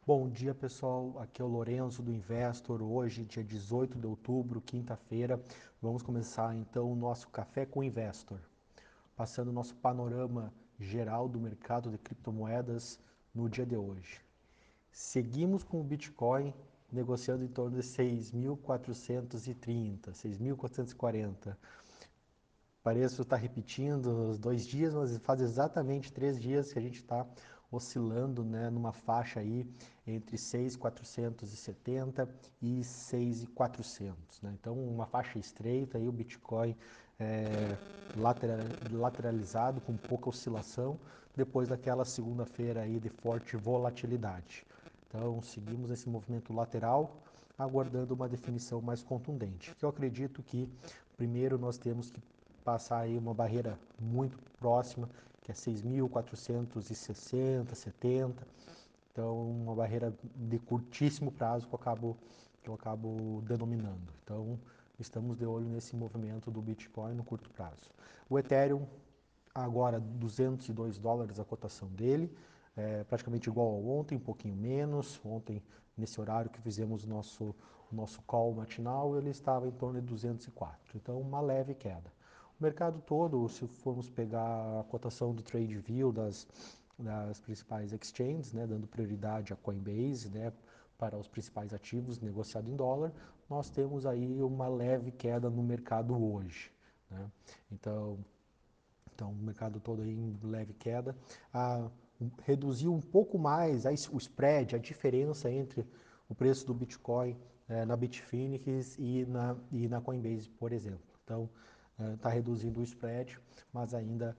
Bom dia, pessoal. Aqui é o Lourenço do Investor. Hoje, dia 18 de outubro, quinta-feira, vamos começar então o nosso Café com o Investor, passando o nosso panorama geral do mercado de criptomoedas no dia de hoje. Seguimos com o Bitcoin negociando em torno de 6.430, 6.440. Pareço estar repetindo os 2 dias, mas faz exatamente 3 dias que a gente está oscilando, né, numa faixa aí entre 6.470 e 6.400, né? Então, uma faixa estreita aí, o Bitcoin é, lateralizado, com pouca oscilação, depois daquela segunda-feira aí de forte volatilidade. Então, seguimos esse movimento lateral, aguardando uma definição mais contundente. Que eu acredito que, primeiro, nós temos que passar aí uma barreira muito próxima, que é 6.460, 70. Então, uma barreira de curtíssimo prazo que eu acabo denominando. Então, estamos de olho nesse movimento do Bitcoin no curto prazo. O Ethereum, agora $202 a cotação dele, praticamente igual ao ontem, um pouquinho menos. Ontem, nesse horário que fizemos o nosso call matinal, ele estava em torno de 204. Então, uma leve queda. O mercado todo, se formos pegar a cotação do TradeView das principais exchanges, né, dando prioridade à Coinbase, né, para os principais ativos negociados em dólar, nós temos aí uma leve queda no mercado hoje, né? Então, o mercado todo aí em leve queda. Reduziu um pouco mais o spread, a diferença entre o preço do Bitcoin na Bitfinex e na Coinbase, por exemplo. Então, está reduzindo o spread, mas ainda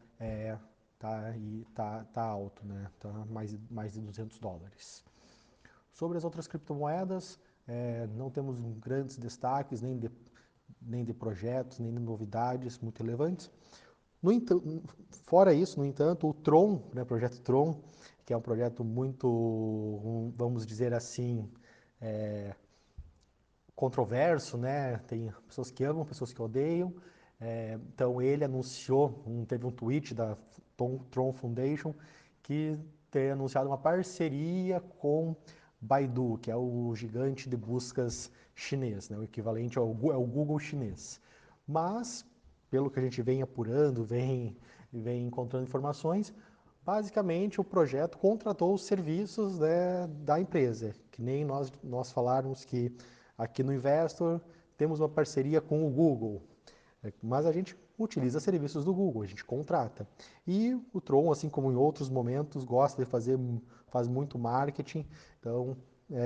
tá alto, né? Tá mais de $200. Sobre as outras criptomoedas, não temos grandes destaques, nem de projetos, nem de novidades muito relevantes. Fora isso, no entanto, o Tron, né, o projeto Tron, que é um projeto muito, vamos dizer assim, controverso, né? Tem pessoas que amam, pessoas que odeiam. Então ele anunciou, teve um tweet da Tron Foundation que tem anunciado uma parceria com Baidu, que é o gigante de buscas chinês, né? O equivalente é o Google chinês. Mas, pelo que a gente vem apurando, vem encontrando informações, basicamente o projeto contratou os serviços, né, da empresa, que nem nós falarmos que aqui no Investor temos uma parceria com o Google, mas a gente utiliza serviços do Google, a gente contrata. E o Tron, assim como em outros momentos, gosta de faz muito marketing. Então,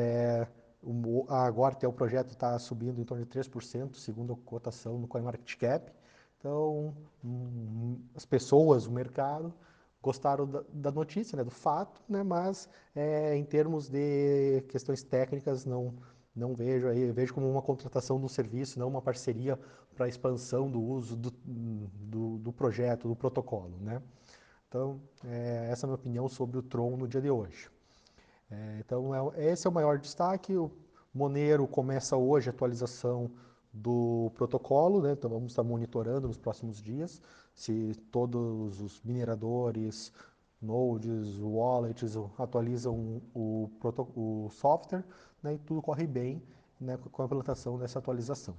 agora até o projeto está subindo em torno de 3%, segundo a cotação no CoinMarketCap. Então, as pessoas, o mercado, gostaram da notícia, né, do fato, né, mas em termos de questões técnicas, não vejo aí, vejo como uma contratação do serviço, não uma parceria para a expansão do uso do projeto, do protocolo, né? Então, essa é a minha opinião sobre o Tron no dia de hoje. Então, esse é o maior destaque. O Monero começa hoje a atualização do protocolo, né? Então, vamos estar monitorando nos próximos dias se todos os mineradores, nodes, wallets atualizam o software, né? E tudo corre bem, né, com a implantação dessa atualização.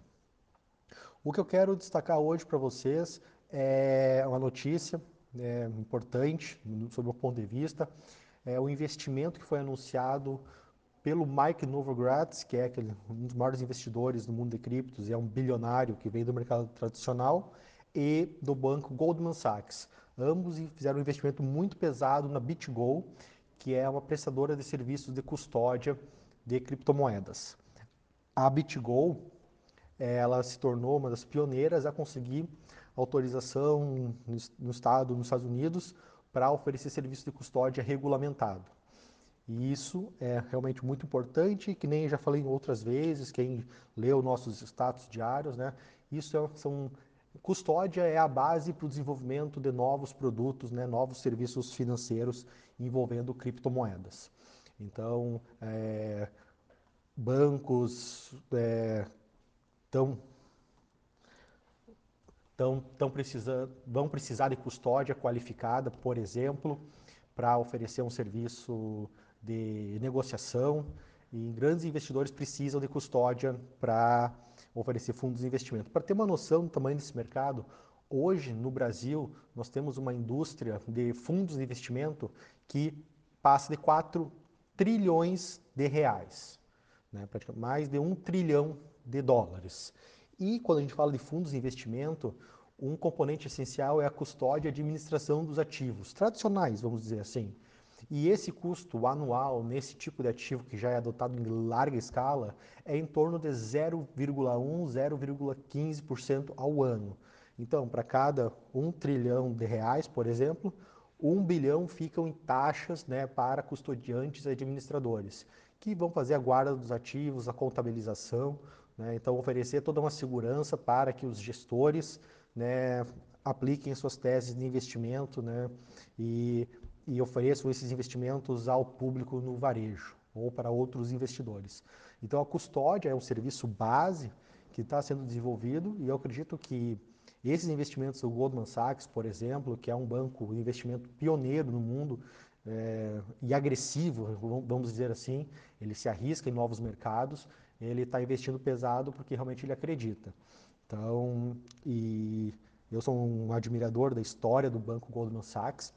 O que eu quero destacar hoje para vocês é uma notícia importante, sob o meu ponto de vista, é o investimento que foi anunciado pelo Mike Novogratz, que é um dos maiores investidores no mundo de criptos e é um bilionário que vem do mercado tradicional, e do banco Goldman Sachs. Ambos fizeram um investimento muito pesado na BitGo, que é uma prestadora de serviços de custódia de criptomoedas. A BitGo, ela se tornou uma das pioneiras a conseguir autorização nos Estados Unidos, para oferecer serviço de custódia regulamentado. E isso é realmente muito importante, que nem já falei em outras vezes, quem leu nossos status diários, né? Custódia é a base para o desenvolvimento de novos produtos, né? Novos serviços financeiros envolvendo criptomoedas. Então, bancos estão vão precisar de custódia qualificada, por exemplo, para oferecer um serviço de negociação, e grandes investidores precisam de custódia para oferecer fundos de investimento. Para ter uma noção do tamanho desse mercado, hoje no Brasil nós temos uma indústria de fundos de investimento que passa de 4 trilhões de reais, né? Praticamente mais de 1 trilhão de dólares. E quando a gente fala de fundos de investimento, um componente essencial é a custódia e administração dos ativos tradicionais, vamos dizer assim. E esse custo anual nesse tipo de ativo que já é adotado em larga escala é em torno de 0,1, 0,15% ao ano. Então, para cada 1 trilhão de reais, por exemplo, 1 bilhão ficam em taxas, né, para custodiantes e administradores, que vão fazer a guarda dos ativos, a contabilização, né, então oferecer toda uma segurança para que os gestores, né, apliquem suas teses de investimento, né, e, e ofereçam esses investimentos ao público no varejo ou para outros investidores. Então a custódia é um serviço base que está sendo desenvolvido e eu acredito que esses investimentos do Goldman Sachs, por exemplo, que é um banco de investimento pioneiro no mundo e agressivo, vamos dizer assim, ele se arrisca em novos mercados, ele está investindo pesado porque realmente ele acredita. Então, e eu sou um admirador da história do banco Goldman Sachs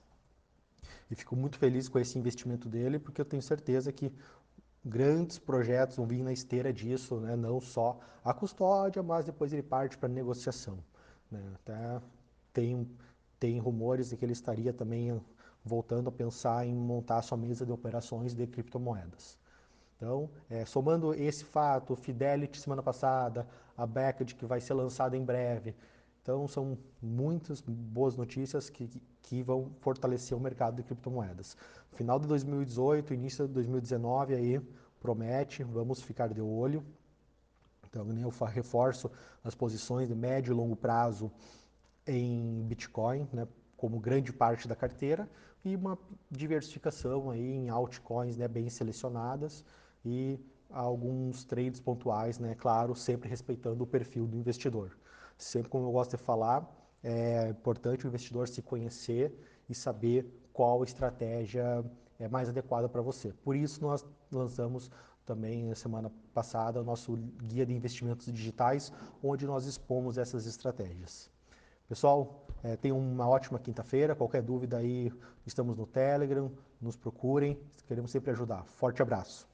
e fico muito feliz com esse investimento dele porque eu tenho certeza que grandes projetos vão vir na esteira disso, né? Não só a custódia, mas depois ele parte para a negociação, né? Até tem, tem rumores de que ele estaria também voltando a pensar em montar a sua mesa de operações de criptomoedas. Então, somando esse fato, Fidelity semana passada, a Beckett que vai ser lançada em breve. Então, são muitas boas notícias que vão fortalecer o mercado de criptomoedas. Final de 2018, início de 2019 aí promete, vamos ficar de olho. Então, eu reforço as posições de médio e longo prazo em Bitcoin, né, como grande parte da carteira, e uma diversificação aí em altcoins, né, bem selecionadas e alguns trades pontuais, né, claro, sempre respeitando o perfil do investidor. Sempre como eu gosto de falar, é importante o investidor se conhecer e saber qual estratégia é mais adequada para você. Por isso nós lançamos também na semana passada o nosso guia de investimentos digitais, onde nós expomos essas estratégias. Pessoal, tenham uma ótima quinta-feira. Qualquer dúvida aí, estamos no Telegram, nos procurem, queremos sempre ajudar. Forte abraço.